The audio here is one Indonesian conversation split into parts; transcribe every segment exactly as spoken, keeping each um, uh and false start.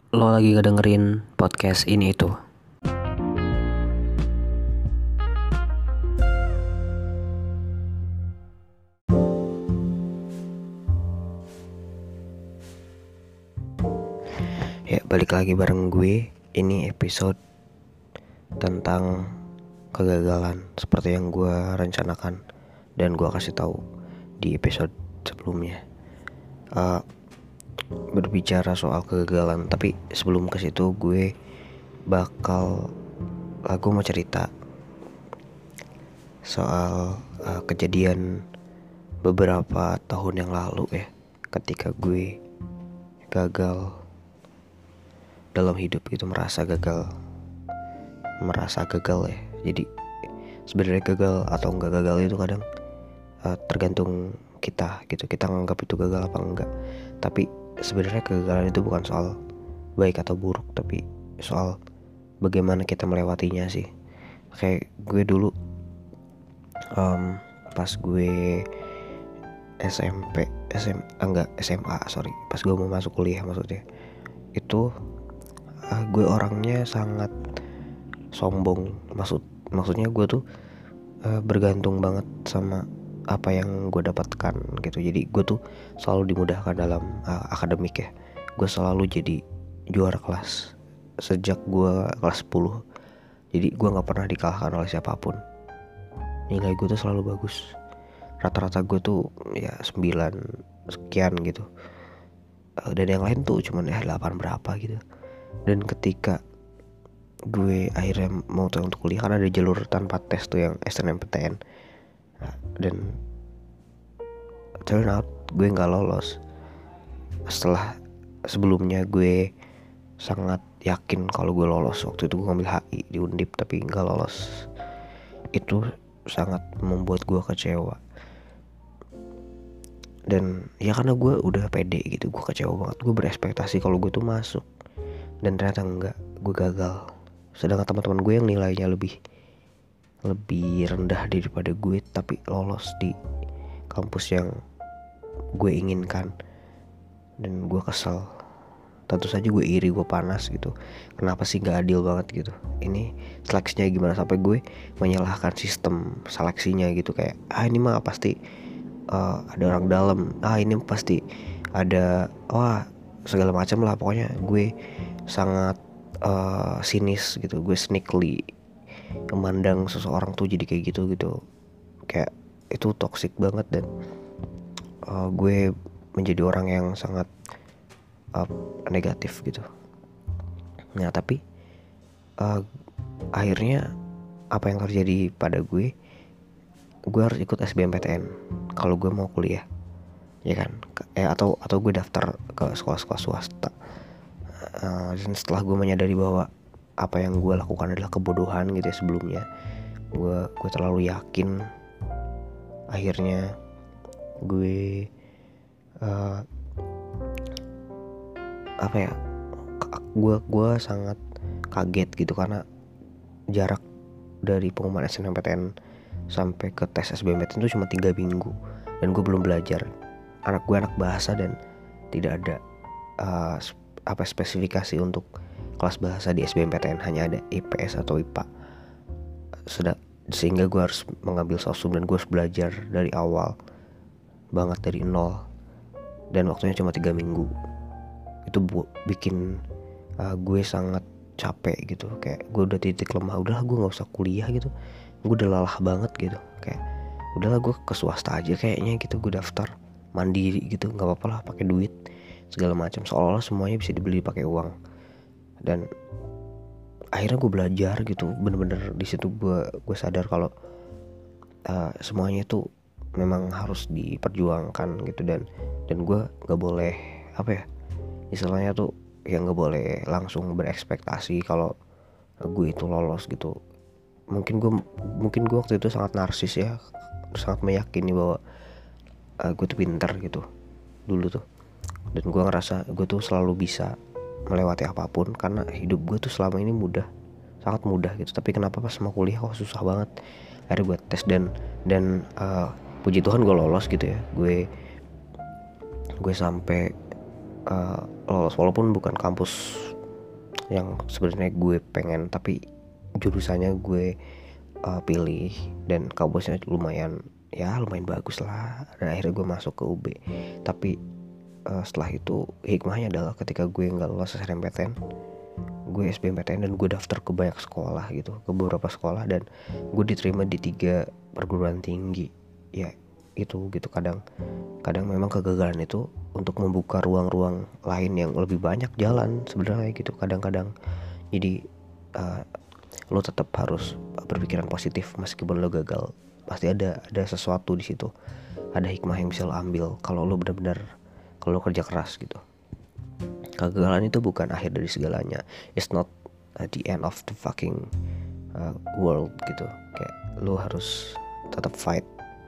Lo lagi ngedengerin podcast ini itu. Ya, balik lagi bareng gue. Ini episode tentang kegagalan seperti yang gue rencanakan dan gue kasih tahu di episode sebelumnya. Uh, berbicara soal kegagalan, tapi sebelum ke situ gue bakal aku mau cerita soal uh, kejadian beberapa tahun yang lalu ya, ketika gue gagal dalam hidup gitu, merasa gagal merasa gagal ya. Jadi sebenarnya gagal atau enggak gagal itu kadang uh, tergantung kita gitu, kita nganggap itu gagal apa enggak. Tapi sebenarnya kegagalan itu bukan soal baik atau buruk, tapi soal bagaimana kita melewatinya sih. Kayak gue dulu um, pas gue S M P S M enggak S M A sorry pas gue mau masuk kuliah maksudnya, itu uh, gue orangnya sangat sombong. Maksud maksudnya gue tuh uh, bergantung banget sama apa yang gue dapatkan gitu. Jadi gue tuh selalu dimudahkan dalam uh, akademik ya. Gue selalu jadi juara kelas sejak gue kelas sepuluh. Jadi gue nggak pernah dikalahkan oleh siapapun. Nilai gue tuh selalu bagus. Rata-rata gue tuh ya sembilan sekian gitu. Uh, dan yang lain tuh cuman ya delapan berapa gitu. Dan ketika gue akhirnya mau tuh untuk kuliah, kan ada jalur tanpa tes tuh yang S N M P T N. Nah, dan turn out gue nggak lolos. Setelah sebelumnya gue sangat yakin kalau gue lolos. Waktu itu gue ngambil H I di Undip tapi nggak lolos. Itu sangat membuat gue kecewa. Dan ya karena gue udah pede gitu, gue kecewa banget. Gue berekspektasi kalau gue tuh masuk, dan ternyata enggak, gue gagal. Sedangkan teman-teman gue yang nilainya lebih lebih rendah daripada gue tapi lolos di kampus yang gue inginkan. Dan gue kesel. Tentu saja gue iri, gue panas gitu. Kenapa sih gak adil banget gitu. Ini seleksinya gimana, sampai gue menyalahkan sistem seleksinya gitu. Kayak ah ini mah pasti uh, ada orang dalam, ah ini pasti ada wah segala macam lah. Pokoknya gue sangat uh, sinis gitu. Gue sneakily memandang seseorang tuh jadi kayak gitu gitu. Kayak itu toxic banget. Dan uh, gue menjadi orang yang sangat uh, negatif gitu. Nah tapi uh, akhirnya apa yang terjadi pada gue, gue harus ikut S B M P T N kalau gue mau kuliah, ya kan? Eh, atau atau gue daftar ke sekolah-sekolah swasta. Uh, dan setelah gue menyadari bahwa apa yang gue lakukan adalah kebodohan gitu ya sebelumnya, gue gue terlalu yakin. Akhirnya gue uh, apa ya? Gue gue sangat kaget gitu karena jarak dari pengumuman S N M P T N sampai ke tes S B M P T N itu cuma tiga minggu dan gue belum belajar. Anak gue anak bahasa dan tidak ada uh, apa spesifikasi untuk kelas bahasa di S B M P T N, hanya ada I P S atau I P A. Sudah, sehingga gue harus mengambil sosum dan gue harus belajar dari awal banget dari nol, dan waktunya cuma tiga minggu. Itu bu- bikin uh, gue sangat capek gitu. Kayak gue udah titik lemah, udahlah gue nggak usah kuliah gitu. Gue udah lelah banget gitu. Kayak udahlah gue ke swasta aja kayaknya gitu. Gue daftar mandiri gitu, nggak apa-apa lah pakai duit segala macam, seolah-olah semuanya bisa dibeli pakai uang. Dan akhirnya gue belajar gitu, bener-bener di situ gue gue sadar kalau uh, semuanya itu memang harus diperjuangkan gitu. Dan dan gue nggak boleh apa ya istilahnya tuh, ya nggak boleh langsung berekspektasi kalau gue itu lolos gitu. Mungkin gue mungkin gue waktu itu sangat narsis ya, sangat meyakini bahwa uh, gue tuh pintar gitu dulu tuh. Dan gue ngerasa gue tuh selalu bisa melewati apapun karena hidup gue tuh selama ini mudah, sangat mudah gitu. Tapi kenapa pas mau kuliah kok susah banget. Akhirnya gue tes dan dan uh, puji Tuhan gue lolos gitu ya. Gue gue sampai uh, lolos walaupun bukan kampus yang sebenarnya gue pengen, tapi jurusannya gue uh, pilih dan kampusnya lumayan ya lumayan bagus lah, dan akhirnya gue masuk ke U B. Tapi uh, setelah itu hikmahnya adalah ketika gue nggak lolos S N M P T N, gue S B M P T N dan gue daftar ke banyak sekolah gitu, ke beberapa sekolah, dan gue diterima di tiga perguruan tinggi. Ya itu gitu, kadang kadang memang kegagalan itu untuk membuka ruang-ruang lain yang lebih banyak jalan sebenarnya gitu. Kadang-kadang jadi uh, lo tetap harus berpikiran positif meskipun lo gagal. Pasti ada ada sesuatu di situ, ada hikmah yang bisa lo ambil kalau lo benar-benar, kalau lo kerja keras gitu. Kegagalan itu bukan akhir dari segalanya. It's not uh, the end of the fucking uh, world gitu. Kayak lo harus tetap fight.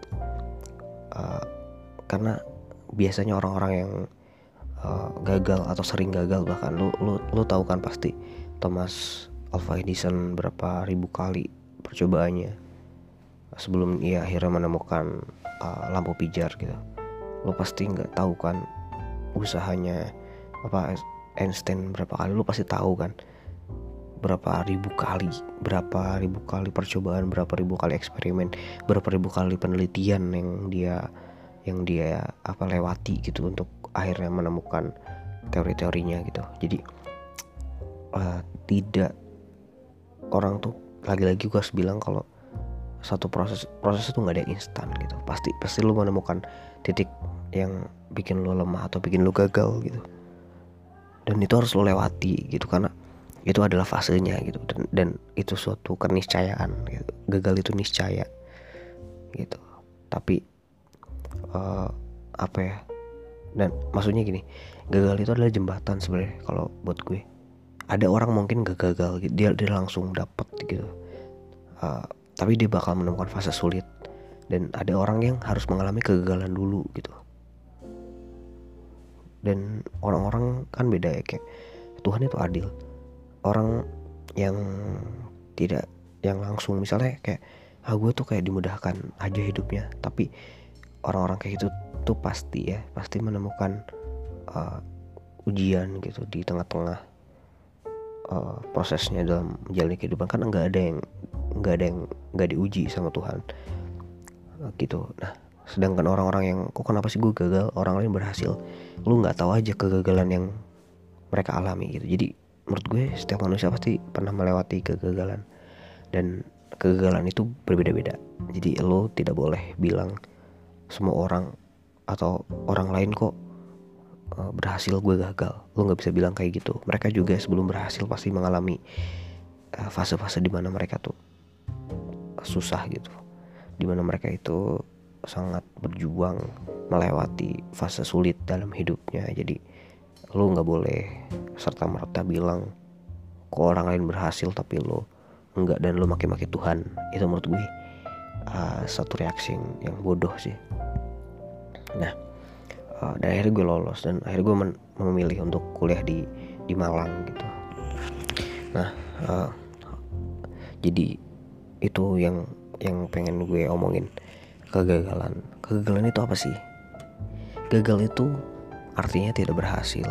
Uh, karena biasanya orang-orang yang uh, gagal atau sering gagal, bahkan lo lo lo tahu kan pasti Thomas Alva Edison berapa ribu kali percobaannya sebelum ia akhirnya menemukan uh, lampu pijar gitu. Lo pasti nggak tahu kan usahanya apa Einstein berapa kali, lo pasti tahu kan berapa ribu kali berapa ribu kali percobaan, berapa ribu kali eksperimen, berapa ribu kali penelitian yang dia yang dia apa lewati gitu untuk akhirnya menemukan teori-teorinya gitu. Jadi uh, tidak orang tuh lagi-lagi gue harus bilang kalau satu proses proses itu nggak ada yang instan gitu. Pasti pasti lu menemukan titik yang bikin lu lemah atau bikin lu gagal gitu. Dan itu harus lu lewati gitu, karena itu adalah fasenya gitu, dan dan itu suatu keniscayaan gitu. Gagal itu niscaya gitu. Tapi uh, apa ya? Dan maksudnya gini, gagal itu adalah jembatan sebenarnya kalau buat gue. Ada orang mungkin gak gagal gitu, dia dia langsung dapet gitu. Uh, tapi dia bakal menemukan fase sulit, dan ada orang yang harus mengalami kegagalan dulu gitu. Dan orang-orang kan beda ya, kayak Tuhan itu adil. Orang yang tidak, yang langsung misalnya kayak ah gue tuh kayak dimudahkan aja hidupnya, tapi orang-orang kayak gitu tuh pasti ya pasti menemukan uh, ujian gitu di tengah-tengah uh, prosesnya dalam menjalani kehidupan. Kan nggak ada yang nggak ada yang nggak diuji sama Tuhan uh, gitu. Nah sedangkan orang-orang yang kok kenapa sih gue gagal, orang lain berhasil, lu nggak tahu aja kegagalan yang mereka alami gitu. Jadi menurut gue setiap manusia pasti pernah melewati kegagalan, dan kegagalan itu berbeda-beda. Jadi lo tidak boleh bilang semua orang atau orang lain kok uh, berhasil gue gagal. Lo nggak bisa bilang kayak gitu. Mereka juga sebelum berhasil pasti mengalami uh, fase-fase di mana mereka tuh susah gitu, di mana mereka itu sangat berjuang melewati fase sulit dalam hidupnya. Jadi lo nggak boleh serta merta bilang kok orang lain berhasil tapi lo enggak, dan lo maki-maki Tuhan. Itu menurut gue uh, satu reaksi yang bodoh sih. Nah uh, dan akhirnya gue lolos, dan akhirnya gue men- memilih untuk kuliah di di Malang gitu. Nah uh, jadi itu yang yang pengen gue omongin. Kegagalan kegagalan itu apa sih? Gagal itu artinya tidak berhasil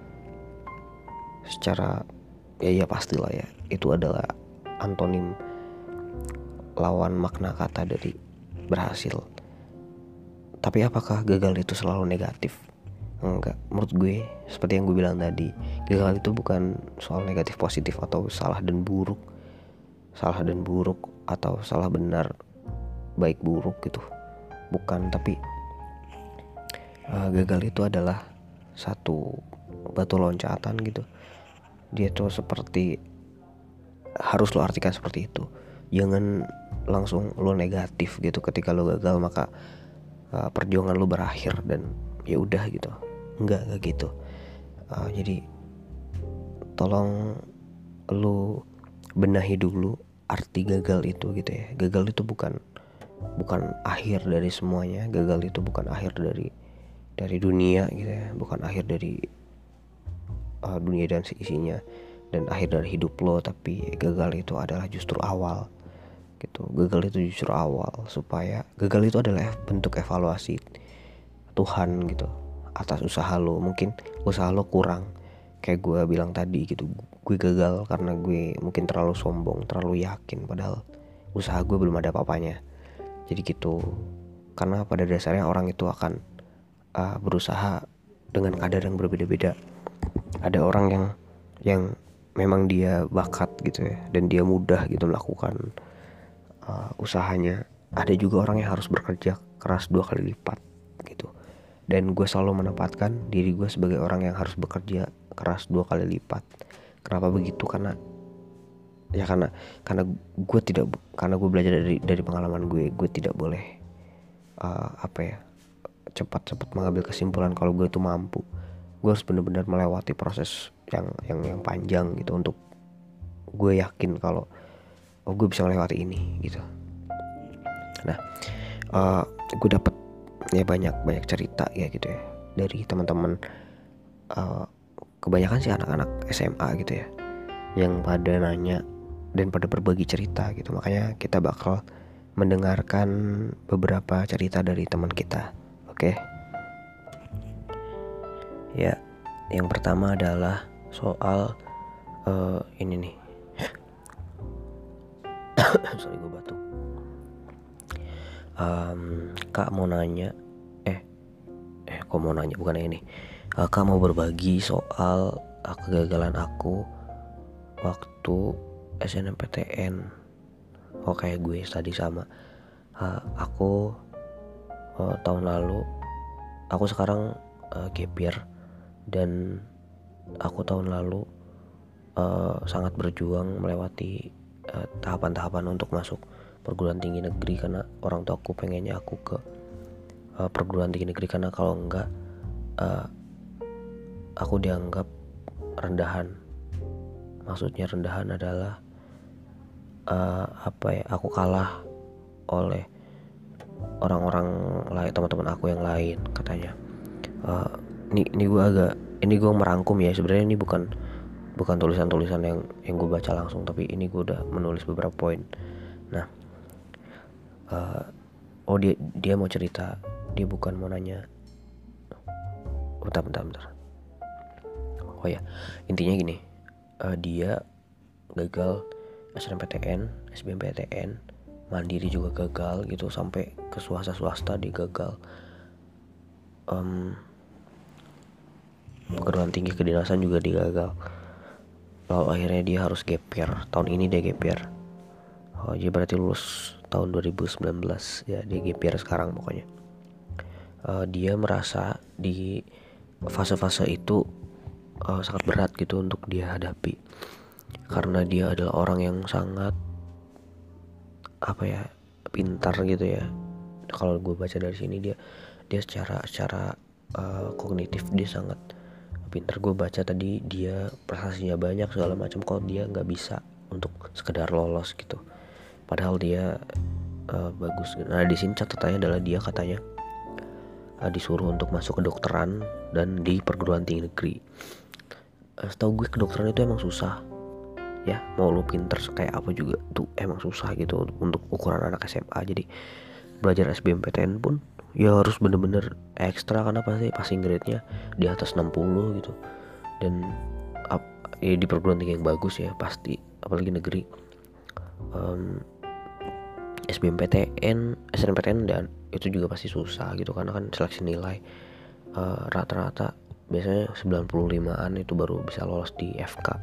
secara ya ya pastilah ya, itu adalah antonim, lawan makna kata dari berhasil. Tapi apakah gagal itu selalu negatif? Enggak, menurut gue seperti yang gue bilang tadi, gagal itu bukan soal negatif positif atau salah dan buruk, salah dan buruk atau salah benar, baik buruk gitu, bukan. Tapi uh, gagal itu adalah satu batu loncatan gitu. Dia tuh seperti, harus lo artikan seperti itu. Jangan langsung lo negatif gitu ketika lo gagal maka uh, perjuangan lo berakhir dan ya udah gitu. Enggak, enggak gitu. Uh, jadi tolong lo benahi dulu arti gagal itu gitu ya. Gagal itu bukan bukan akhir dari semuanya. Gagal itu bukan akhir dari dari dunia gitu ya, bukan akhir dari uh, dunia dan seisinya dan akhir dari hidup lo. Tapi gagal itu adalah justru awal gitu. Gagal itu justru awal, supaya gagal itu adalah bentuk evaluasi Tuhan gitu atas usaha lo. Mungkin usaha lo kurang, kayak gue bilang tadi gitu, gue gagal karena gue mungkin terlalu sombong, terlalu yakin, padahal usaha gue belum ada apa-apanya. Jadi gitu, karena pada dasarnya orang itu akan uh, berusaha dengan kadar yang berbeda-beda. Ada orang yang yang memang dia bakat gitu ya, dan dia mudah gitu melakukan uh, usahanya. Ada juga orang yang harus bekerja keras dua kali lipat gitu. Dan gue selalu menempatkan diri gue sebagai orang yang harus bekerja keras dua kali lipat. Kenapa begitu? Karena ya karena karena gue tidak karena gue belajar dari dari pengalaman gue. Gue tidak boleh uh, apa ya cepat-cepat mengambil kesimpulan kalau gue itu mampu. Gue harus benar-benar melewati proses yang yang yang panjang gitu untuk gue yakin kalau oh gue bisa melewati ini gitu. Nah, uh, gue dapet ya banyak banyak cerita ya gitu ya dari teman-teman, uh, kebanyakan sih anak-anak S M A gitu ya, yang pada nanya dan pada berbagi cerita gitu. Makanya kita bakal mendengarkan beberapa cerita dari teman kita. Oke. Ya, yang pertama adalah soal uh, ini nih. Sorry, gue batuk. Um, kak mau nanya, eh, eh, kok mau nanya bukan ini. Uh, kak mau berbagi soal uh, kegagalan aku waktu S N M P T N. Oh kayak gue tadi sama. Uh, aku uh, tahun lalu, aku sekarang uh, gap year, dan aku tahun lalu uh, sangat berjuang melewati uh, tahapan-tahapan untuk masuk perguruan tinggi negeri, karena orang tua aku pengennya aku ke uh, perguruan tinggi negeri, karena kalau enggak uh, aku dianggap rendahan. Maksudnya rendahan adalah uh, apa ya, aku kalah oleh orang-orang lain, teman-teman aku yang lain katanya. Uh, ini ini gue agak ini gue merangkum ya, sebenarnya ini bukan bukan tulisan-tulisan yang yang gue baca langsung, tapi ini gue udah menulis beberapa poin. Nah, Uh, oh dia dia mau cerita, dia bukan mau nanya. Bentar bentar bentar. Oh ya, intinya gini, uh, dia gagal S N M P T N, S B M P T N, mandiri juga gagal gitu, sampai ke swasta swasta dia gagal. Um, perguruan tinggi kedinasan juga dia gagal. Lalu akhirnya dia harus gap year. Tahun ini dia gap year. Oh, jadi berarti lulus tahun dua ribu sembilan belas ya, dia gap year sekarang pokoknya. Uh, dia merasa di fase-fase itu uh, sangat berat gitu untuk dia hadapi, karena dia adalah orang yang sangat apa ya, pintar gitu ya. Kalau gue baca dari sini dia dia secara secara uh, kognitif dia sangat pintar. Gue baca tadi dia prestasinya banyak segala macam, kok dia nggak bisa untuk sekedar lolos gitu. Padahal dia uh, bagus. Nah di sini catatannya adalah dia katanya uh, disuruh untuk masuk kedokteran dan di perguruan tinggi negeri. Uh, setahu gue kedokteran itu emang susah. Ya mau lu pinter kayak apa juga tuh emang susah gitu untuk ukuran anak S M A. Jadi belajar S B M P T N pun ya harus bener-bener ekstra, karena pasti passing grade-nya di atas enam puluh gitu. Dan ap, ya di perguruan tinggi yang bagus ya pasti, apalagi negeri. Um, S B M P T N, S N M P T N dan itu juga pasti susah gitu, karena kan seleksi nilai uh, rata-rata biasanya sembilan puluh limaan itu baru bisa lolos di F K.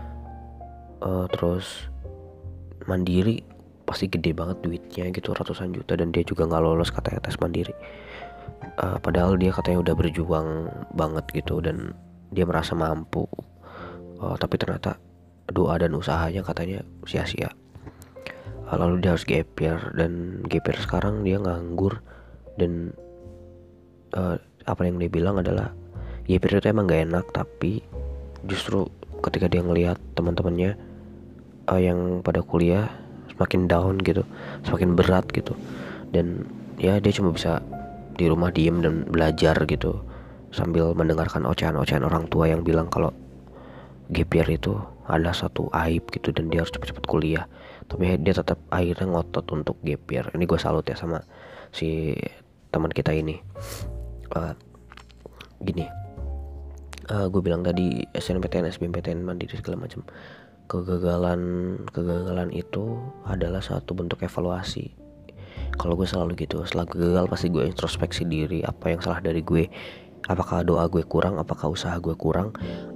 Uh, terus mandiri pasti gede banget duitnya gitu, ratusan juta, dan dia juga nggak lolos katanya tes mandiri. Uh, padahal dia katanya udah berjuang banget gitu dan dia merasa mampu. Uh, tapi ternyata doa dan usahanya katanya sia-sia. Lalu dia harus gap year, dan gap year sekarang dia nganggur. Dan uh, apa yang dia bilang adalah gap year itu emang gak enak, tapi justru ketika dia ngelihat teman-temannya uh, yang pada kuliah semakin down gitu, semakin berat gitu, dan ya dia cuma bisa di rumah diem dan belajar gitu sambil mendengarkan ocehan-ocehan orang tua yang bilang kalau gap year itu adalah satu aib gitu dan dia harus cepat-cepat kuliah. Tapi dia tetap akhirnya ngotot untuk gap year. Ini gue salut ya sama si teman kita ini. Uh, gini, uh, gue bilang tadi S N M P T N, S B M P T N, mandiri segala macam. Kegagalan kegagalan itu adalah satu bentuk evaluasi. Kalau gue selalu gitu, setelah gagal pasti gue introspeksi diri, apa yang salah dari gue, apakah doa gue kurang, apakah usaha gue kurang,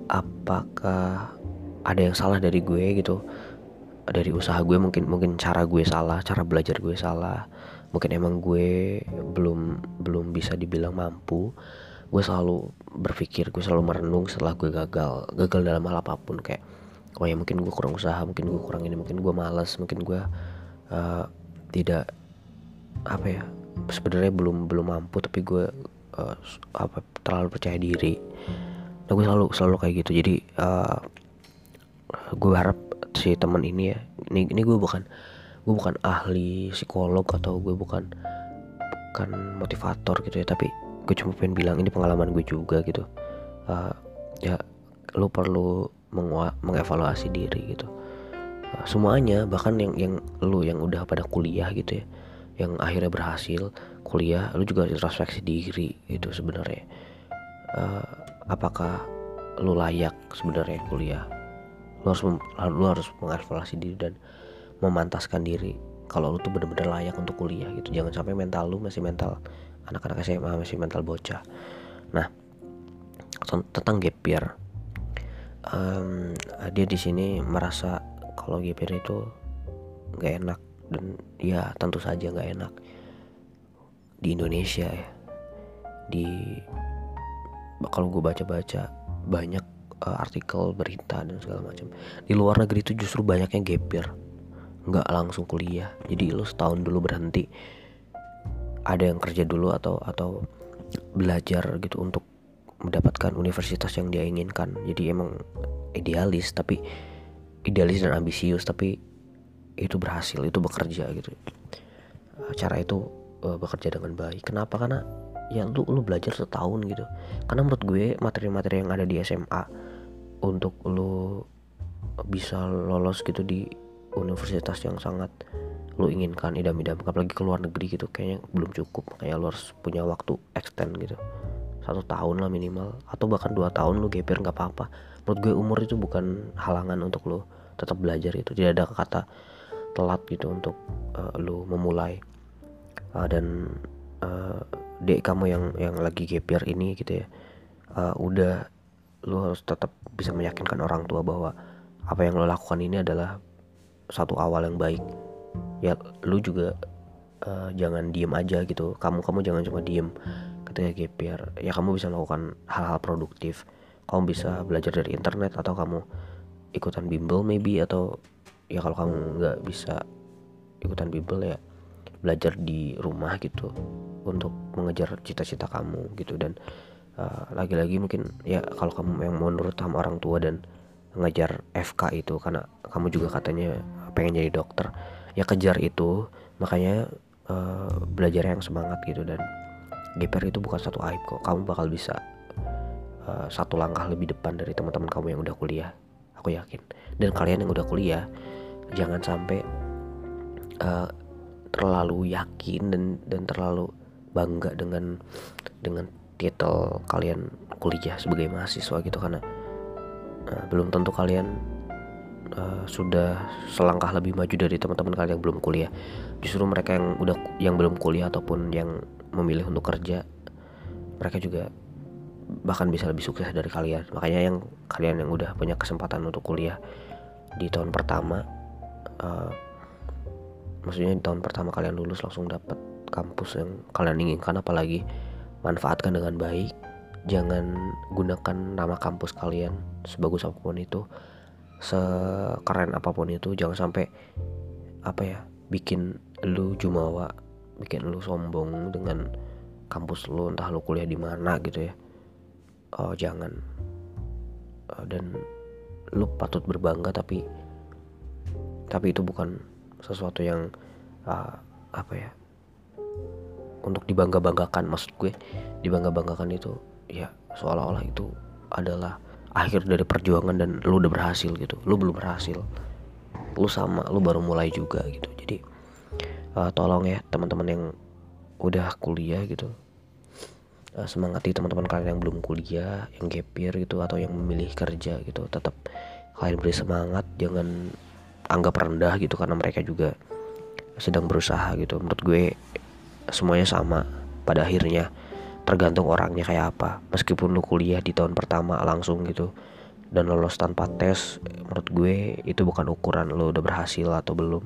apakah ada yang salah dari gue gitu, dari usaha gue, mungkin mungkin cara gue salah, cara belajar gue salah, mungkin emang gue belum belum bisa dibilang mampu. Gue selalu berpikir, gue selalu merenung setelah gue gagal gagal dalam hal apapun, kayak oh ya mungkin gue kurang usaha, mungkin gue kurang ini, mungkin gue malas, mungkin gue uh, tidak apa ya sebenarnya belum belum mampu, tapi gue uh, apa terlalu percaya diri. Nah gue selalu selalu kayak gitu. Jadi uh, gue harap si teman ini ya, ini ini gue bukan gue bukan ahli psikolog atau gue bukan bukan motivator gitu ya, tapi gue cuma pengen bilang ini pengalaman gue juga gitu. Uh, ya lo perlu mengua- mengevaluasi diri gitu, uh, semuanya, bahkan yang yang lo yang udah pada kuliah gitu ya, yang akhirnya berhasil kuliah, lu juga introspeksi diri gitu sebenarnya. Uh, apakah lu layak sebenarnya kuliah? Lu harus mem- lu harus mengevaluasi diri dan memantaskan diri kalau lu tuh benar-benar layak untuk kuliah gitu. Jangan sampai mental lu masih mental anak-anak S M A, masih mental bocah. Nah, tentang gap year, um, dia di sini merasa kalau gap year itu nggak enak, dan ya tentu saja nggak enak di Indonesia ya. Di kalau gue baca-baca banyak uh, artikel berita dan segala macam, di luar negeri itu justru banyaknya gap year, nggak langsung kuliah. Jadi lu setahun dulu berhenti, ada yang kerja dulu atau atau belajar gitu untuk mendapatkan universitas yang dia inginkan. Jadi emang idealis, tapi idealis dan ambisius, tapi itu berhasil, itu bekerja gitu. Cara itu uh, bekerja dengan baik. Kenapa? Karena ya lu lu belajar setahun gitu. Karena menurut gue materi-materi yang ada di S M A untuk lu bisa lolos gitu di universitas yang sangat lu inginkan, idam-idamkan, apalagi ke luar negeri gitu, kayaknya belum cukup. Kayak lu harus punya waktu extend gitu, satu tahun lah minimal, atau bahkan dua tahun lu gap year nggak apa-apa. Menurut gue umur itu bukan halangan untuk lu tetap belajar. Itu tidak ada kata telat gitu untuk uh, lu memulai. Uh, dan uh, dek kamu yang yang lagi gap year ini gitu ya, uh, udah lu harus tetap bisa meyakinkan orang tua bahwa apa yang lo lakukan ini adalah satu awal yang baik. Ya lu juga uh, jangan diem aja gitu. Kamu kamu jangan cuma diem ketika gap year. Ya kamu bisa melakukan hal-hal produktif. Kamu bisa belajar dari internet, atau kamu ikutan bimbel maybe, atau ya kalau kamu nggak bisa ikutan bimbel ya belajar di rumah gitu untuk mengejar cita-cita kamu gitu. Dan uh, lagi-lagi mungkin ya kalau kamu yang menurut sama orang tua dan ngejar F K itu karena kamu juga katanya pengen jadi dokter, ya kejar itu. Makanya uh, belajar yang semangat gitu. Dan gap year itu bukan satu aib kok. Kamu bakal bisa uh, satu langkah lebih depan dari teman-teman kamu yang udah kuliah, aku yakin. Dan kalian yang udah kuliah, jangan sampai uh, terlalu yakin dan dan terlalu bangga dengan dengan titel kalian kuliah sebagai mahasiswa gitu, karena uh, belum tentu kalian uh, sudah selangkah lebih maju dari teman-teman kalian yang belum kuliah. Justru mereka yang udah yang belum kuliah ataupun yang memilih untuk kerja, mereka juga bahkan bisa lebih sukses dari kalian. Makanya yang kalian yang udah punya kesempatan untuk kuliah di tahun pertama, uh, maksudnya di tahun pertama kalian lulus langsung dapat kampus yang kalian inginkan, apalagi manfaatkan dengan baik. Jangan gunakan nama kampus kalian sebagus apapun itu, sekeren apapun itu. Jangan sampai apa ya bikin lu jumawa, bikin lu sombong dengan kampus lu, entah lu kuliah di mana gitu ya. Oh jangan. Uh, dan lu patut berbangga, tapi tapi itu bukan sesuatu yang uh, apa ya untuk dibangga-banggakan. Maksud gue dibangga-banggakan itu ya seolah-olah itu adalah akhir dari perjuangan dan lu udah berhasil gitu. Lu belum berhasil, lu sama, lu baru mulai juga gitu. Jadi uh, tolong ya teman-teman yang udah kuliah gitu, uh, semangati teman-teman kalian yang belum kuliah, yang gap year gitu, atau yang memilih kerja gitu. Tetap kalian beri semangat, jangan anggap rendah gitu, karena mereka juga sedang berusaha gitu. Menurut gue semuanya sama pada akhirnya, tergantung orangnya kayak apa. Meskipun lu kuliah di tahun pertama langsung gitu dan lolos tanpa tes, menurut gue itu bukan ukuran lu udah berhasil atau belum.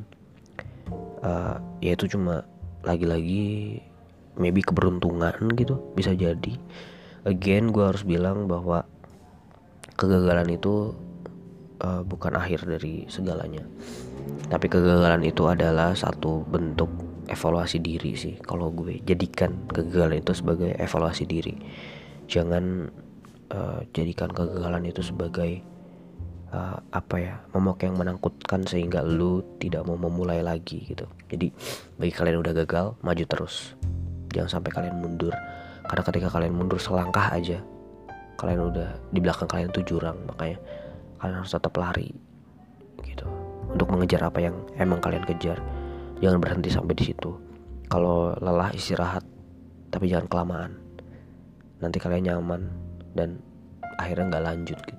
Uh, ya itu cuma lagi-lagi maybe keberuntungan gitu, bisa jadi. Again gue harus bilang bahwa kegagalan itu uh, bukan akhir dari segalanya, tapi kegagalan itu adalah satu bentuk evaluasi diri sih. Kalau gue jadikan kegagalan itu sebagai evaluasi diri, jangan uh, jadikan kegagalan itu sebagai uh, apa ya, momok yang menakutkan sehingga lu tidak mau memulai lagi gitu. Jadi bagi kalian yang udah gagal, maju terus, jangan sampai kalian mundur. Karena ketika kalian mundur selangkah aja, kalian udah di belakang kalian tuh jurang. Makanya kalian harus tetap lari gitu untuk mengejar apa yang emang kalian kejar. Jangan berhenti sampai di situ. Kalau lelah istirahat, tapi jangan kelamaan. Nanti kalian nyaman dan akhirnya nggak lanjut gitu.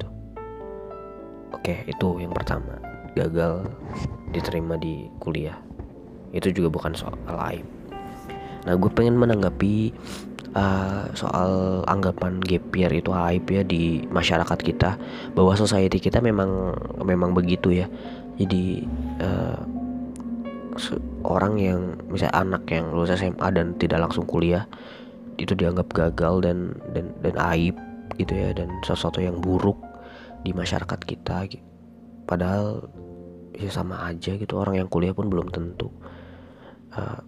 Oke, itu yang pertama. Gagal diterima di kuliah, itu juga bukan soal aib. Nah, gue pengen menanggapi uh, soal anggapan gap year itu aib ya di masyarakat kita, bahwa society kita memang memang begitu ya. Jadi uh, orang yang misalnya anak yang lulus S M A dan tidak langsung kuliah itu dianggap gagal dan dan dan aib gitu ya, dan sesuatu yang buruk di masyarakat kita. Padahal ya sama aja gitu, orang yang kuliah pun belum tentu uh,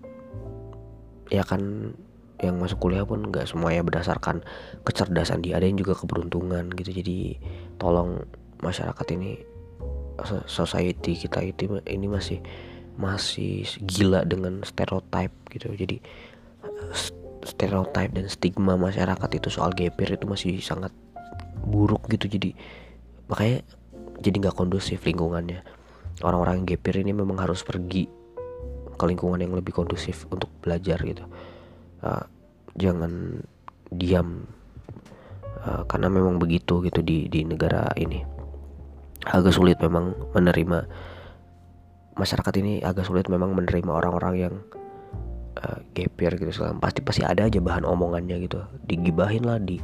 ya kan, yang masuk kuliah pun nggak semuanya berdasarkan kecerdasan dia, ada yang juga keberuntungan gitu. Jadi tolong masyarakat ini, society kita itu ini masih masih gila dengan stereotype gitu. Jadi stereotype dan stigma masyarakat itu soal gap year itu masih sangat buruk gitu. Jadi makanya jadi nggak kondusif lingkungannya. Orang-orang yang gap year ini memang harus pergi ke lingkungan yang lebih kondusif untuk belajar gitu. Uh, jangan diam, uh, karena memang begitu gitu di di negara ini. Agak sulit memang menerima, masyarakat ini agak sulit memang menerima orang-orang yang uh, gap year gitu. Sekarang pasti pasti ada aja bahan omongannya gitu, digibahin lah, di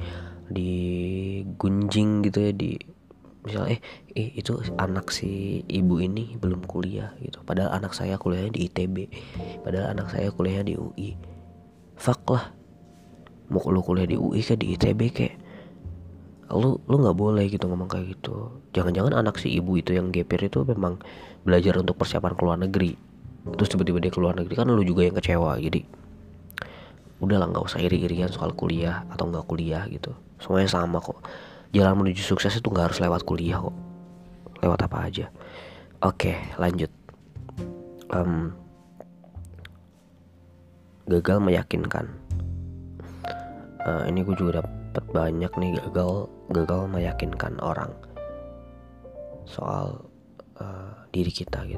digunjing gitu ya, di misalnya eh, eh itu anak si ibu ini belum kuliah gitu, padahal anak saya kuliahnya di I T B, padahal anak saya kuliahnya di U I. Fuck lah, mau lu kuliah di U I kayak di I T B kayak, lu lu nggak boleh gitu ngomong kayak gitu. Jangan-jangan anak si ibu itu yang gap year itu memang belajar untuk persiapan ke luar negeri, terus tiba-tiba dia ke luar negeri, kan lu juga yang kecewa. Jadi udahlah, nggak usah iri-irian soal kuliah atau nggak kuliah gitu, semuanya sama kok. Jalan menuju sukses itu gak harus lewat kuliah kok, lewat apa aja. Oke, lanjut. um, Gagal meyakinkan. uh, Ini gue juga dapet banyak nih, gagal gagal meyakinkan orang soal uh, diri kita gitu.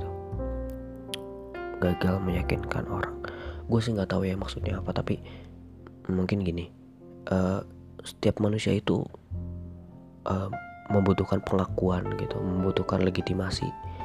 Gagal meyakinkan orang, gue sih nggak tahu ya maksudnya apa, tapi mungkin gini. uh, Setiap manusia itu Uh, membutuhkan pengakuan gitu, membutuhkan legitimasi.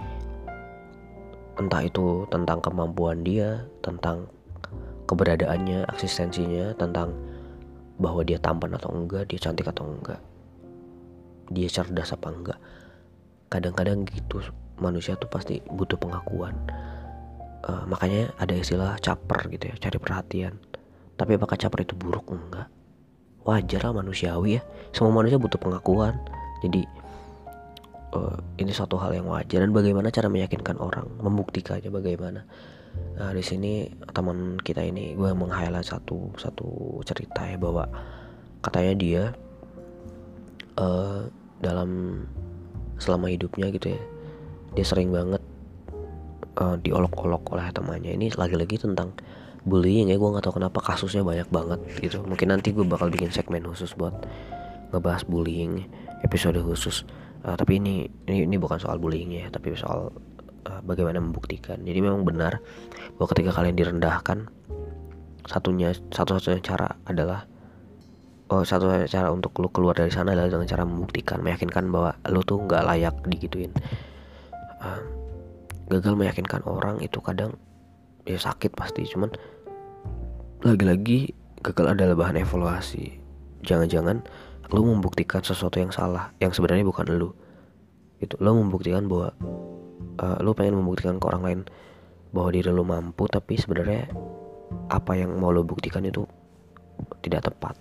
Entah itu tentang kemampuan dia, tentang keberadaannya, eksistensinya, tentang bahwa dia tampan atau enggak, dia cantik atau enggak, dia cerdas apa enggak. Kadang-kadang gitu, manusia tuh pasti butuh pengakuan. uh, Makanya ada istilah caper gitu ya, cari perhatian. Tapi apakah caper itu buruk? Enggak, wajar lah, manusiawi ya, semua manusia butuh pengakuan. Jadi uh, ini suatu hal yang wajar. Dan bagaimana cara meyakinkan orang, membuktikannya bagaimana? Nah, di sini teman kita ini, gue meng-highlight satu satu cerita ya, bahwa katanya dia uh, dalam selama hidupnya gitu ya, dia sering banget uh, diolok-olok oleh temannya. Ini lagi-lagi tentang bullying ya, gue nggak tahu kenapa kasusnya banyak banget gitu. Mungkin nanti gue bakal bikin segmen khusus buat ngebahas bullying, episode khusus. Uh, tapi ini, ini ini bukan soal bullying ya, tapi soal uh, bagaimana membuktikan. Jadi memang benar bahwa ketika kalian direndahkan, satunya satu-satunya cara adalah oh satu cara untuk lu keluar dari sana adalah dengan cara membuktikan, meyakinkan bahwa lu tuh nggak layak digituin. uh, Gagal meyakinkan orang itu kadang ya sakit pasti, cuman lagi-lagi gagal adalah bahan evaluasi. Jangan-jangan lu membuktikan sesuatu yang salah, yang sebenarnya bukan lu gitu. Lu membuktikan bahwa uh, lu pengen membuktikan ke orang lain bahwa diri lu mampu, tapi sebenarnya apa yang mau lu buktikan itu tidak tepat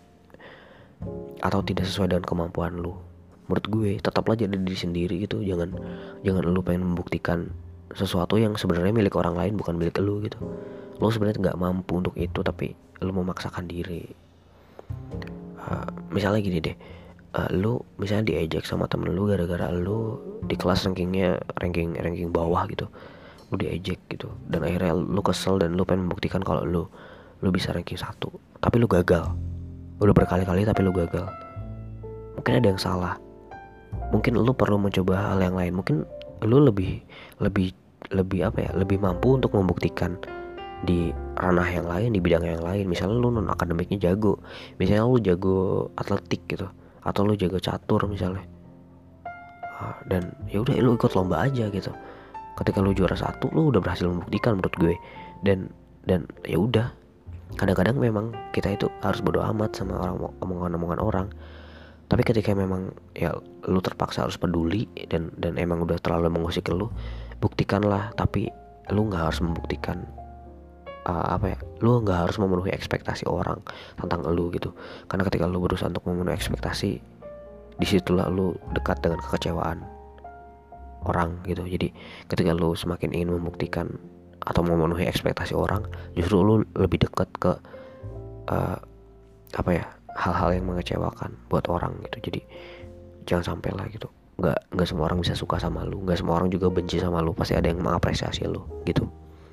atau tidak sesuai dengan kemampuan lu. Menurut gue tetaplah jadi diri sendiri gitu. Jangan jangan lu pengen membuktikan sesuatu yang sebenarnya milik orang lain, bukan milik lu gitu. Lu sebenarnya nggak mampu untuk itu, tapi lu memaksakan diri. Uh, misalnya gini deh, uh, lu misalnya diejek sama temen lu gara-gara lu di kelas rankingnya ranking ranking bawah gitu. Lu diejek gitu, dan akhirnya lu kesel dan lu pengen membuktikan kalau lu lu bisa ranking satu, tapi lu gagal. Udah berkali-kali tapi lu gagal. Mungkin ada yang salah. Mungkin lu perlu mencoba hal yang lain. Mungkin lu lebih lebih lebih apa ya? Lebih mampu untuk membuktikan di ranah yang lain, di bidang yang lain. Misalnya lu non akademiknya jago. Misalnya lu jago atletik gitu, atau lu jago catur misalnya. Dan ya udah lu ikut lomba aja gitu. Ketika lu juara satu, lu udah berhasil membuktikan menurut gue. Dan dan ya udah. Kadang-kadang memang kita itu harus bodo amat sama orang omongan-omongan orang. Tapi ketika memang ya lu terpaksa harus peduli dan dan emang udah terlalu mengusik lu, buktikanlah. Tapi lu nggak harus membuktikan uh, apa ya? Lu nggak harus memenuhi ekspektasi orang tentang lu gitu. Karena ketika lu berusaha untuk memenuhi ekspektasi, disitulah lu dekat dengan kekecewaan orang gitu. Jadi ketika lu semakin ingin membuktikan atau memenuhi ekspektasi orang, justru lu lebih dekat ke uh, apa ya, hal-hal yang mengecewakan buat orang gitu. Jadi jangan sampai lah gitu. Nggak nggak semua orang bisa suka sama lu, nggak semua orang juga benci sama lu. Pasti ada yang mengapresiasi lu gitu.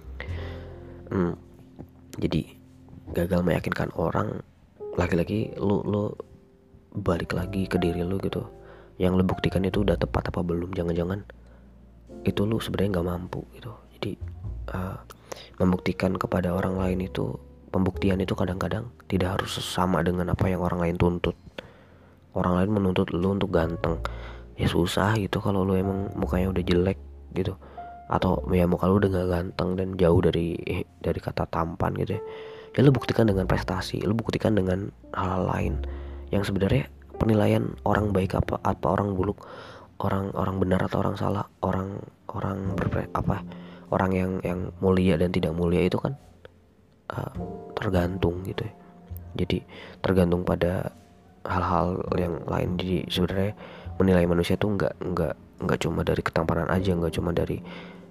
Hmm, jadi gagal meyakinkan orang, lagi-lagi lu lu balik lagi ke diri lu gitu. Yang lu buktikan itu udah tepat apa belum? Jangan-jangan itu lu sebenarnya nggak mampu gitu. Jadi Uh, membuktikan kepada orang lain itu, pembuktian itu kadang-kadang tidak harus sama dengan apa yang orang lain tuntut. Orang lain menuntut lu untuk ganteng, ya susah gitu kalau lu emang mukanya udah jelek gitu, atau ya muka lu udah gak ganteng dan jauh dari eh, dari kata tampan gitu ya. Ya lu buktikan dengan prestasi, lu buktikan dengan hal-hal lain yang sebenarnya penilaian orang baik apa apa orang buruk, orang orang benar atau orang salah, orang orang berpre, apa orang yang yang mulia dan tidak mulia itu kan uh, tergantung gitu ya. Jadi tergantung pada hal-hal yang lain. Jadi sebenarnya menilai manusia tuh nggak nggak nggak cuma dari ketampanan aja, nggak cuma dari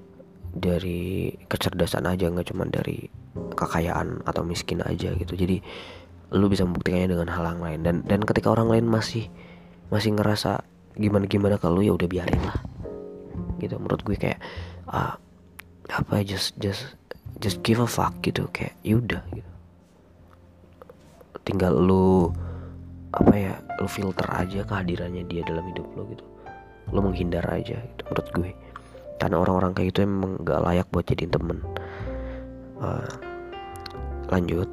dari kecerdasan aja, nggak cuma dari kekayaan atau miskin aja gitu. Jadi lu bisa membuktikannya dengan hal yang lain. Dan dan ketika orang lain masih masih ngerasa gimana gimana kalau ya udah biarin lah gitu. Menurut gue kayak uh, apa just just just give a fuck gitu. Kayak yaudah gitu, tinggal lu apa ya, lu filter aja kehadirannya dia dalam hidup lu gitu. Lu menghindar aja gitu menurut gue. Karena orang-orang kayak gitu emang gak layak buat jadiin temen. uh, Lanjut,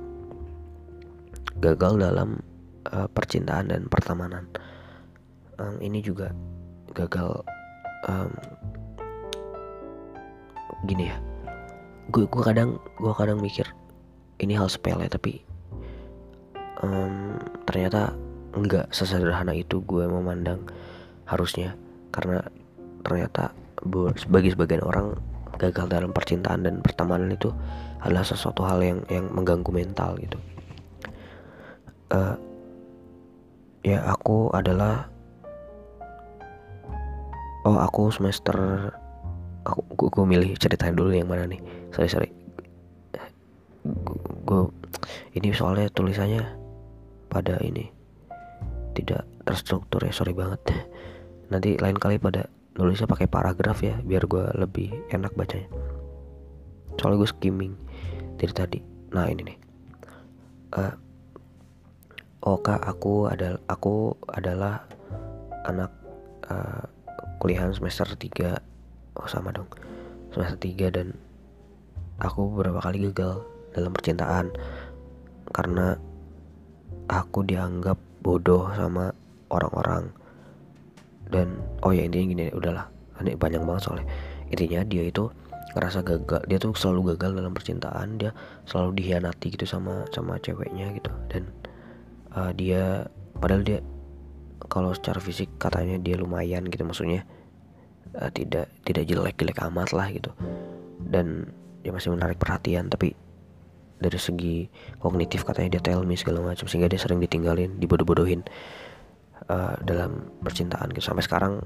gagal dalam uh, percintaan dan pertemanan. um, Ini juga gagal. um, Gini ya, gue gue kadang gue kadang mikir ini hal sepele, tapi um, ternyata nggak sesederhana itu gue memandang harusnya. Karena ternyata bagi sebagian orang gagal dalam percintaan dan pertemanan itu adalah sesuatu hal yang yang mengganggu mental gitu. Uh, ya aku adalah oh aku semester aku gue, gue milih ceritain dulu yang mana nih. Sorry sorry gue ini soalnya tulisannya pada ini tidak terstruktur ya, sorry banget. Nanti lain kali pada nulisnya pakai paragraf ya, biar gue lebih enak bacanya. Soalnya gue skimming dari tadi. Nah ini nih. Uh, oh kak, aku adalah aku adalah anak uh, kuliahan semester tiga. Oh sama dong, semester tiga, dan aku beberapa kali gagal dalam percintaan karena aku dianggap bodoh sama orang-orang. Dan oh ya intinya gini, udahlah ini banyak banget soalnya. Intinya dia itu ngerasa gagal, dia tuh selalu gagal dalam percintaan, dia selalu dikhianati gitu sama sama ceweknya gitu. Dan uh, dia padahal dia kalau secara fisik katanya dia lumayan gitu, maksudnya uh, tidak tidak jelek-jelek amat lah gitu, dan dia masih menarik perhatian. Tapi dari segi kognitif katanya dia tell me segala macam, sehingga dia sering ditinggalin, dibodoh-bodohin uh, dalam percintaan gitu. Sampai sekarang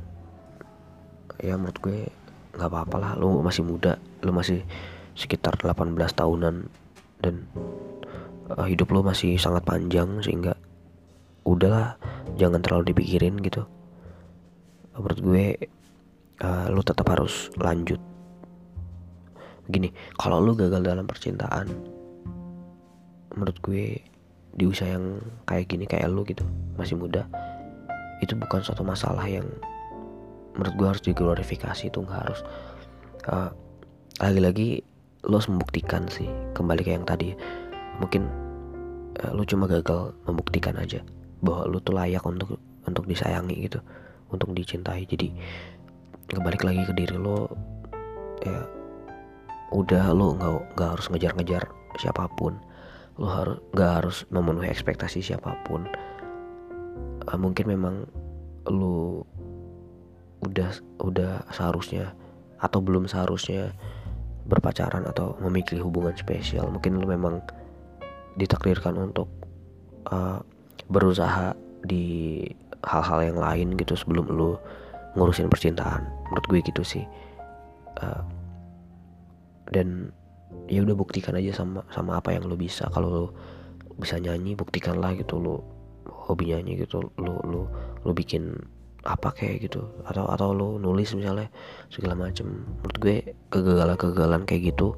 ya menurut gue nggak apa-apa lah, lu masih muda, lu masih sekitar delapan belas tahunan, dan uh, hidup lu masih sangat panjang, sehingga udahlah jangan terlalu dipikirin gitu. Menurut gue uh, lu tetap harus lanjut. Gini, kalau lu gagal dalam percintaan, menurut gue di usia yang kayak gini, kayak lu gitu, masih muda, itu bukan suatu masalah yang menurut gue harus diglorifikasi. Itu nggak harus. Uh, lagi-lagi lu harus membuktikan sih, kembali ke yang tadi. Mungkin uh, lu cuma gagal membuktikan aja bahwa lu tuh layak untuk untuk disayangi gitu, untuk dicintai. Jadi kembali lagi ke diri lo ya. Udah, lo nggak nggak harus ngejar-ngejar siapapun, lo harus nggak harus memenuhi ekspektasi siapapun. Uh, mungkin memang lo udah udah seharusnya atau belum seharusnya berpacaran atau memiliki hubungan spesial. Mungkin lo memang ditakdirkan untuk uh, berusaha di hal-hal yang lain gitu sebelum lo ngurusin percintaan. Menurut gue gitu sih. Uh, dan ya udah, buktikan aja sama sama apa yang lo bisa. Kalau lo bisa nyanyi, buktikanlah gitu. Lo hobi nyanyi gitu, lo lo lo bikin apa kayak gitu, atau atau lo nulis misalnya segala macem. Menurut gue kegagalan-kegagalan kayak gitu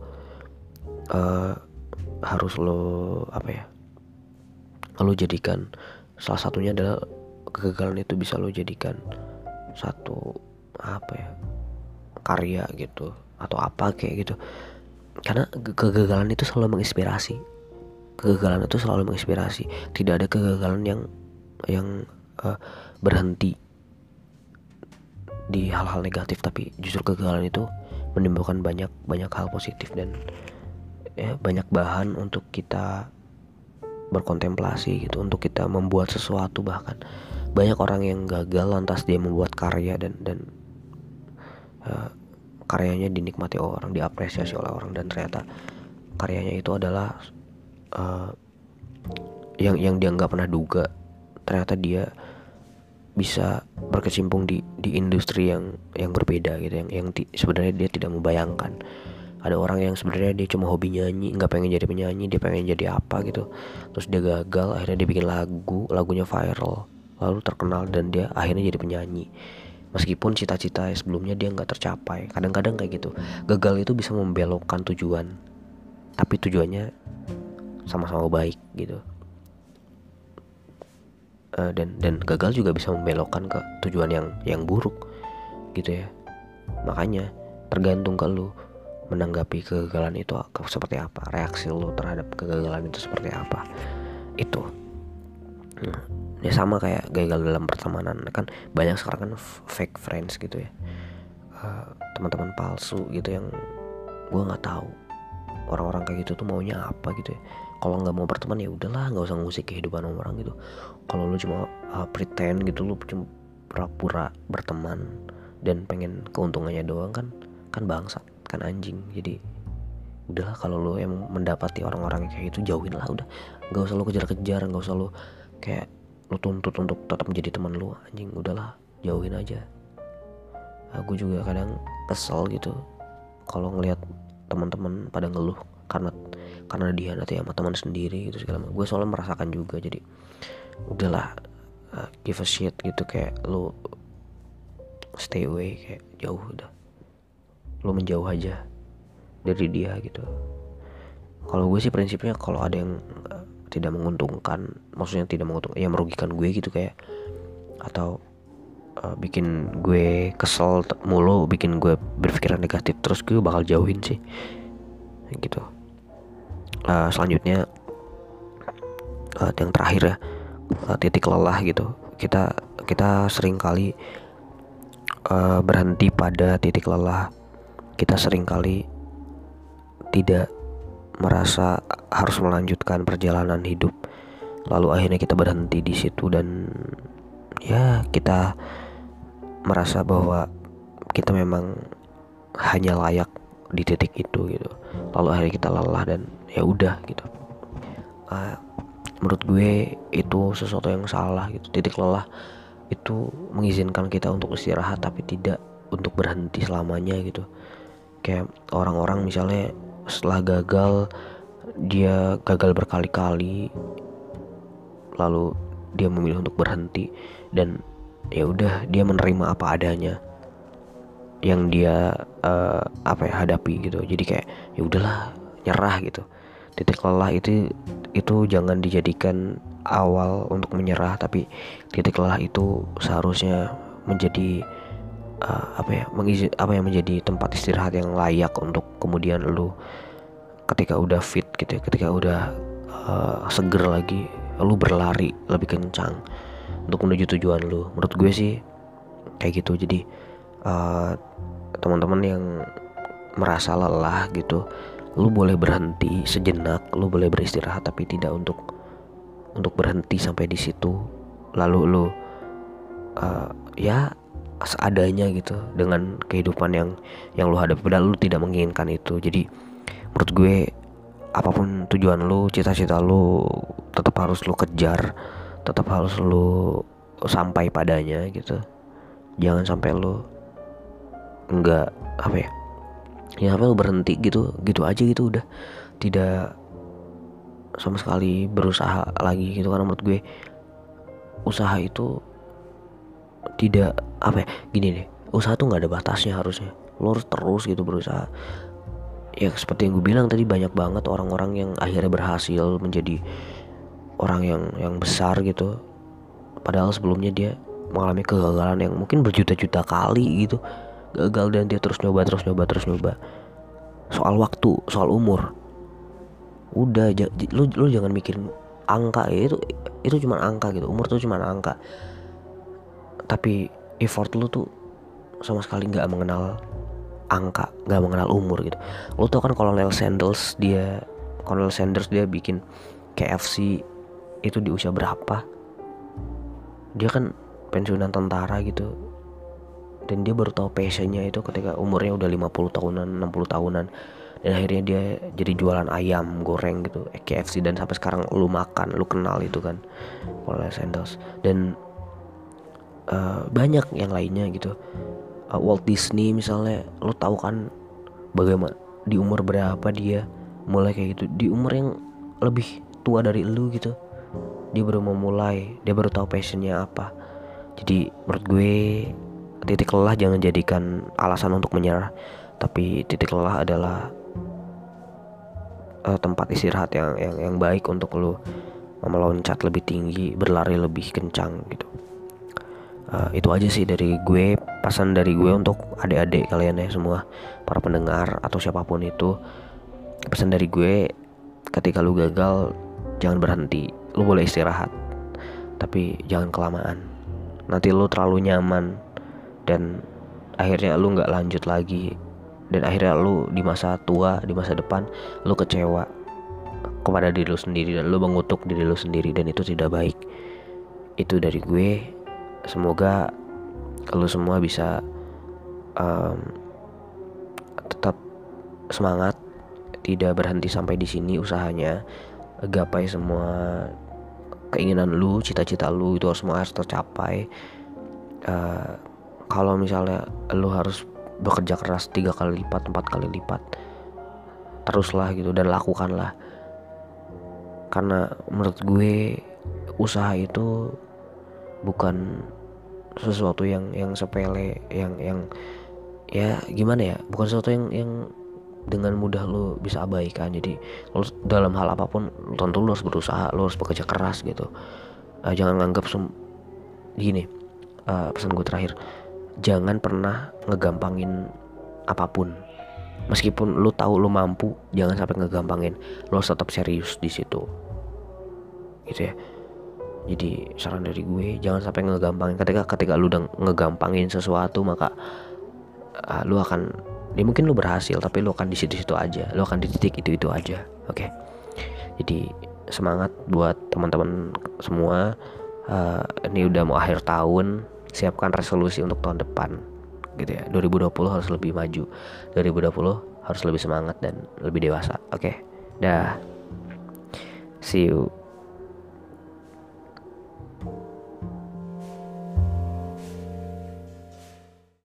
uh, harus lo apa ya, lo jadikan, salah satunya adalah kegagalan itu bisa lo jadikan satu apa ya, karya gitu atau apa kayak gitu. Karena kegagalan itu selalu menginspirasi. Kegagalan itu selalu menginspirasi. Tidak ada kegagalan yang yang uh, berhenti di hal-hal negatif, tapi justru kegagalan itu menimbulkan banyak banyak hal positif, dan ya banyak bahan untuk kita berkontemplasi gitu, untuk kita membuat sesuatu. Bahkan banyak orang yang gagal lantas dia membuat karya, dan dan uh, karyanya dinikmati orang, diapresiasi oleh orang, dan ternyata karyanya itu adalah uh, yang yang dia nggak pernah duga. Ternyata dia bisa berkecimpung di di industri yang yang berbeda gitu, yang yang ti, sebenarnya dia tidak membayangkan. Ada orang yang sebenarnya dia cuma hobi nyanyi, nggak pengen jadi penyanyi, dia pengen jadi apa gitu, terus dia gagal, akhirnya dia bikin lagu, lagunya viral, lalu terkenal, dan dia akhirnya jadi penyanyi. Meskipun cita-cita sebelumnya dia nggak tercapai. Kadang-kadang kayak gitu, gagal itu bisa membelokkan tujuan, tapi tujuannya sama-sama baik gitu. Uh, dan dan gagal juga bisa membelokkan ke tujuan yang yang buruk gitu ya. Makanya tergantung ke lu menanggapi kegagalan itu seperti apa, reaksi lu terhadap kegagalan itu seperti apa. Itu nah, ya sama kayak gagal dalam pertemanan kan, banyak sekarang kan fake friends gitu ya, uh, teman-teman palsu gitu, yang gue nggak tahu orang-orang kayak gitu tuh maunya apa gitu ya. Kalau nggak mau berteman ya udahlah, nggak usah ngusik kehidupan orang gitu. Kalau lu cuma uh, pretend gitu, lu cuma pura-pura berteman dan pengen keuntungannya doang, kan kan bangsat, kan anjing. Jadi udahlah, kalau lu emang mendapati orang-orang kayak gitu, jauhin lah udah. Nggak usah lu kejar-kejar, nggak usah lu kayak lu tuntut untuk tetap menjadi teman lu, anjing. Udahlah, jauhin aja. Aku juga kadang kesel gitu kalau ngelihat teman-teman pada ngeluh karena karena dihianati sama teman sendiri gitu segala macam. Gue soalnya merasakan juga. Jadi udahlah, uh, give a shit gitu, kayak lu stay away, kayak jauh udah, lu menjauh aja dari dia gitu. Kalau gue sih prinsipnya, kalau ada yang uh, tidak menguntungkan, maksudnya tidak menguntungkan, ya merugikan gue gitu, kayak atau uh, bikin gue kesel mulu, bikin gue berpikiran negatif terus, gue bakal jauhin sih gitu. Uh, selanjutnya uh, yang terakhir ya, uh, titik lelah gitu. Kita kita sering kali uh, berhenti pada titik lelah. Kita sering kali tidak merasa harus melanjutkan perjalanan hidup, lalu akhirnya kita berhenti di situ dan ya kita merasa bahwa kita memang hanya layak di titik itu gitu. Lalu akhirnya kita lelah dan ya udah gitu. Uh, menurut gue itu sesuatu yang salah gitu. Titik lelah itu mengizinkan kita untuk istirahat tapi tidak untuk berhenti selamanya gitu. Kayak orang-orang misalnya setelah gagal, dia gagal berkali-kali, lalu dia memilih untuk berhenti dan ya udah dia menerima apa adanya yang dia uh, apa ya hadapi gitu. Jadi kayak ya udahlah, nyerah gitu. Titik lelah itu itu jangan dijadikan awal untuk menyerah, tapi titik lelah itu seharusnya menjadi uh, apa ya mengizin apa yang menjadi tempat istirahat yang layak untuk kemudian lu ketika udah fit gitu ya, ketika udah uh, seger lagi, lu berlari lebih kencang untuk menuju tujuan lu. Menurut gue sih kayak gitu. Jadi uh, teman-teman yang merasa lelah gitu, lu boleh berhenti sejenak, lu boleh beristirahat, tapi tidak untuk untuk berhenti sampai di situ. Lalu lu uh, ya seadanya gitu dengan kehidupan yang yang lu hadapi, padahal lu tidak menginginkan itu. Jadi menurut gue apapun tujuan lu, cita-cita lu tetap harus lu kejar, tetap harus lu sampai padanya gitu. Jangan sampai lu enggak apa ya ya sampai lu berhenti gitu gitu aja gitu, udah tidak sama sekali berusaha lagi gitu. Karena menurut gue usaha itu tidak apa ya gini deh, usaha tuh nggak ada batasnya harusnya. Lu harus terus gitu berusaha. Ya seperti yang gue bilang tadi, banyak banget orang-orang yang akhirnya berhasil menjadi orang yang yang besar gitu, padahal sebelumnya dia mengalami kegagalan yang mungkin berjuta-juta kali gitu. Gagal dan dia terus nyoba terus nyoba terus nyoba. Soal waktu, soal umur, udah j- lu lu jangan mikirin angka ya, itu itu cuma angka gitu. Umur tuh cuma angka, tapi effort lu tuh sama sekali nggak mengenal angka, nggak mengenal umur gitu. Lu tau kan Colonel Sanders, dia Colonel Sanders dia bikin K F C itu di usia berapa? Dia kan pensiunan tentara gitu, dan dia baru tahu passionnya itu ketika umurnya udah lima puluh tahunan, enam puluh tahunan. Dan akhirnya dia jadi jualan ayam goreng gitu, K F C, dan sampai sekarang lu makan, lu kenal itu kan Colonel Sanders. Dan uh, banyak yang lainnya gitu. uh, Walt Disney misalnya, lu tahu kan bagaimana di umur berapa dia mulai kayak gitu, di umur yang lebih tua dari lu gitu. Dia baru memulai, dia baru tahu passionnya apa. Jadi menurut gue titik lelah jangan jadikan alasan untuk menyerah, tapi titik lelah adalah uh, tempat istirahat yang yang yang baik untuk lu meloncat lebih tinggi, berlari lebih kencang gitu. Uh, itu aja sih dari gue, pesan dari gue untuk adik-adik kalian ya semua, para pendengar atau siapapun itu. Pesan dari gue, ketika lu gagal jangan berhenti. Lu boleh istirahat, tapi jangan kelamaan. Nanti lu terlalu nyaman dan akhirnya lu gak lanjut lagi. Dan akhirnya lu di masa tua, di masa depan, lu kecewa kepada diri lu sendiri dan lu mengutuk diri lu sendiri, dan itu tidak baik. Itu dari gue. Semoga lu semua bisa um, tetap semangat, tidak berhenti sampai di sini usahanya. Gapai semua keinginan lu, cita-cita lu, itu semua harus tercapai. Uh, kalau misalnya lu harus bekerja keras tiga kali lipat, empat kali lipat, teruslah gitu dan lakukanlah. Karena menurut gue usaha itu bukan sesuatu yang yang sepele, yang yang ya gimana ya, bukan sesuatu yang yang dengan mudah lo bisa abaikan. Jadi lo dalam hal apapun tentu lo harus berusaha, lo harus bekerja keras gitu. Uh, jangan nganggap sem- gini, uh, pesan gue terakhir, jangan pernah ngegampangin apapun. Meskipun lo tahu lo mampu, jangan sampai ngegampangin. Lo harus tetap serius di situ, gitu ya. Jadi saran dari gue, jangan sampai ngegampangin. Ketika ketika lu udah ngegampangin sesuatu, maka uh, lu akan, ya mungkin lu berhasil, tapi lu akan di situ-situ aja, lu akan di titik itu-itu aja. Oke. Okay? Jadi semangat buat teman-teman semua. Uh, ini udah mau akhir tahun, siapkan resolusi untuk tahun depan gitu ya. dua ribu dua puluh harus lebih maju, dua ribu dua puluh harus lebih semangat dan lebih dewasa. Oke, okay? Dah, see you.